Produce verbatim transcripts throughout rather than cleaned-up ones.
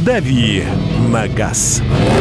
«Дави на газ».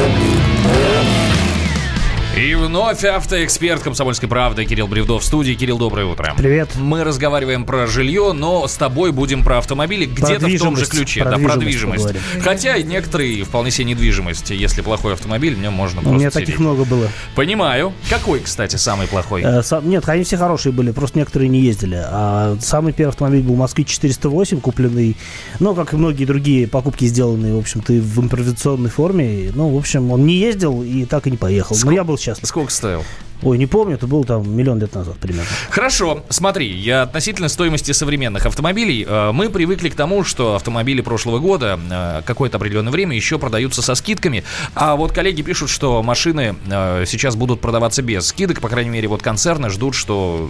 И вновь автоэксперт «Комсомольской правды» Кирилл Бревдо в студии. Кирилл, доброе утро. Привет. Мы разговариваем про жилье, но с тобой будем про автомобили где-то в том же ключе. Про да, про движимость. движимость. Хотя некоторые вполне себе недвижимость. Если плохой автомобиль, в нем можно просто У меня сидеть. таких много было. Понимаю. Какой, кстати, самый плохой? Э, сам, нет, они все хорошие были, просто некоторые не ездили. А самый первый автомобиль был «Москвич четыреста восемь», купленный, ну, как и многие другие покупки, сделанные, в общем-то, в импровизационной форме. Ну, в общем, он не ездил и так и не поехал. Сколько, но я был счастлив. Сколько стоил? Ой, не помню, это было там миллион лет назад примерно. Хорошо, смотри, я относительно стоимости современных автомобилей, э, мы привыкли к тому, что автомобили прошлого года э, какое-то определенное время еще продаются со скидками, а вот коллеги пишут, что машины э, сейчас будут продаваться без скидок, по крайней мере, вот концерны ждут, что...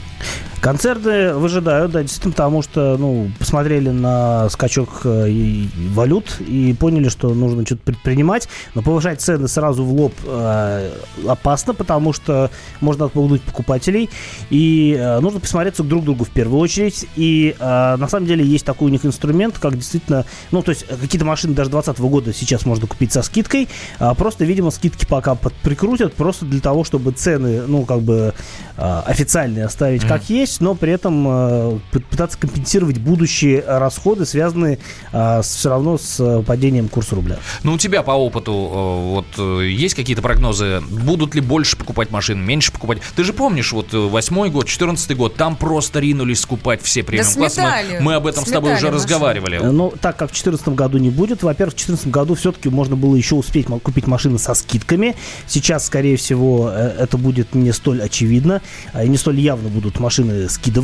Концерны выжидают, да, действительно, потому что, ну, посмотрели на скачок э, валют и поняли, что нужно что-то предпринимать, но повышать цены сразу в лоб э, опасно, потому что можно отпугнуть покупателей, и э, нужно присмотреться друг к другу в первую очередь, и э, на самом деле есть такой у них инструмент, как действительно, ну, то есть какие-то машины даже двадцатого года сейчас можно купить со скидкой, а просто, видимо, скидки пока прикрутят, просто для того, чтобы цены, ну, как бы э, официальные оставить mm-hmm. как есть, но при этом э, пытаться компенсировать будущие расходы, связанные э, с, все равно с падением курса рубля. Ну, у тебя по опыту э, вот э, есть какие-то прогнозы? Будут ли больше покупать машин, меньше покупать? Ты же помнишь, вот восьмой год, четырнадцатый год, там просто ринулись скупать все премиум-классы. Да мы, мы об этом с тобой уже машин. разговаривали. Но так как в две тысячи четырнадцатом году не будет, во-первых, в две тысячи четырнадцатом году все-таки можно было еще успеть купить машины со скидками. Сейчас, скорее всего, это будет не столь очевидно, и не столь явно будут машины скидываться.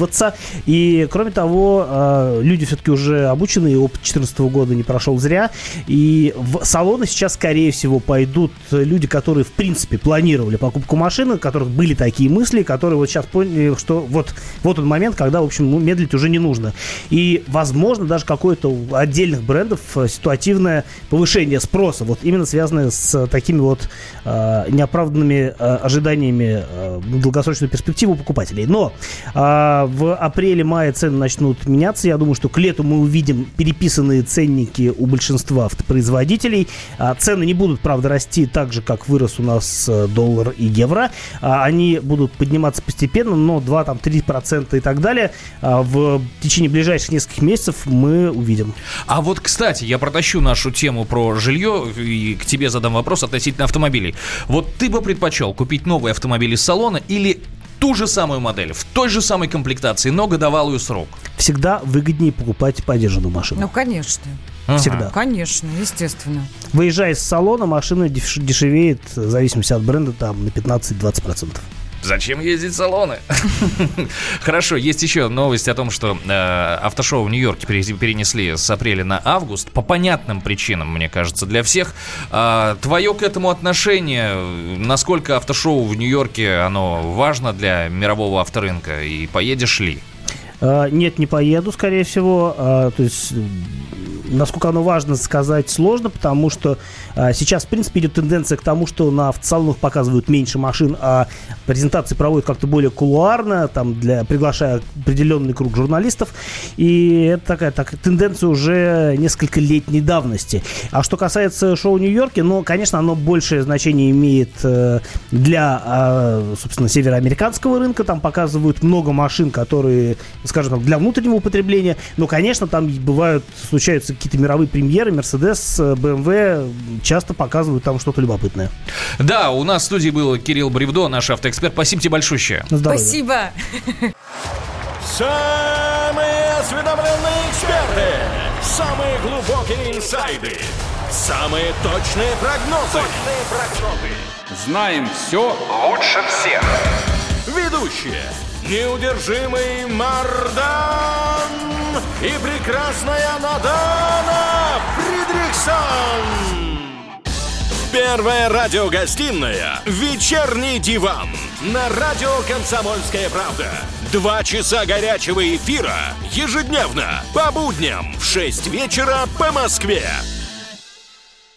И, кроме того, люди все-таки уже обучены, и опыт две тысячи четырнадцатого года не прошел зря. И в салоны сейчас, скорее всего, пойдут люди, которые, в принципе, планировали покупку машины, у которых были такие мысли, которые вот сейчас поняли, что вот, вот он момент, когда, в общем, ну, медлить уже не нужно. И, возможно, даже какое-то у отдельных брендов ситуативное повышение спроса, вот именно связанное с такими вот э, неоправданными э, ожиданиями э, долгосрочной перспективы у покупателей. Но э, в апреле-мае цены начнут меняться. Я думаю, что к лету мы увидим переписанные ценники у большинства автопроизводителей. А, цены не будут, правда, расти так же, как вырос у нас доллар и евро. А, они будут подниматься постепенно, но два-три процента и так далее а, в течение ближайших нескольких месяцев мы увидим. А вот, кстати, я протащу нашу тему про жилье и к тебе задам вопрос относительно автомобилей. Вот ты бы предпочел купить новый автомобиль из салона или ту же самую модель, в той же самой комплектации, но годовалую срок? Всегда выгоднее покупать подержанную машину. Ну, конечно. Всегда. Ага. Конечно, естественно. Выезжая из салона, машина дешевеет, в зависимости от бренда, там, на пятнадцать-двадцать процентов. Зачем ездить в салоны? Хорошо, есть еще новость о том, что э, автошоу в Нью-Йорке перенесли с апреля на август. По понятным причинам, мне кажется, для всех. Э, твое к этому отношение? Насколько автошоу в Нью-Йорке, оно важно для мирового авторынка? И поедешь ли? Uh, нет, не поеду, скорее всего. Uh, то есть, насколько оно важно, сказать сложно, потому что uh, сейчас, в принципе, идет тенденция к тому, что на автосалонах показывают меньше машин, а презентации проводят как-то более кулуарно, там, для, приглашая определенный круг журналистов. И это такая так, тенденция уже несколько летней давности. А что касается шоу в Нью-Йорке, ну, конечно, оно большее значение имеет uh, для, uh, собственно, североамериканского рынка. Там показывают много машин, которые, скажем так, для внутреннего употребления. Но, конечно, там бывают, случаются какие-то мировые премьеры. Mercedes, бэ эм вэ часто показывают там что-то любопытное. Да, у нас в студии был Кирилл Бревдо, наш автоэксперт. Спасибо тебе большое. Здоровья. Спасибо. Самые осведомленные эксперты, самые глубокие инсайды, самые точные прогнозы. Точные прогнозы. Знаем все лучше всех. Ведущие: неудержимый Мардан и прекрасная Надана Фридрихсон. Первая радиогостинная «Вечерний диван» на радио «Комсомольская правда». Два часа горячего эфира ежедневно по будням в шесть вечера по Москве.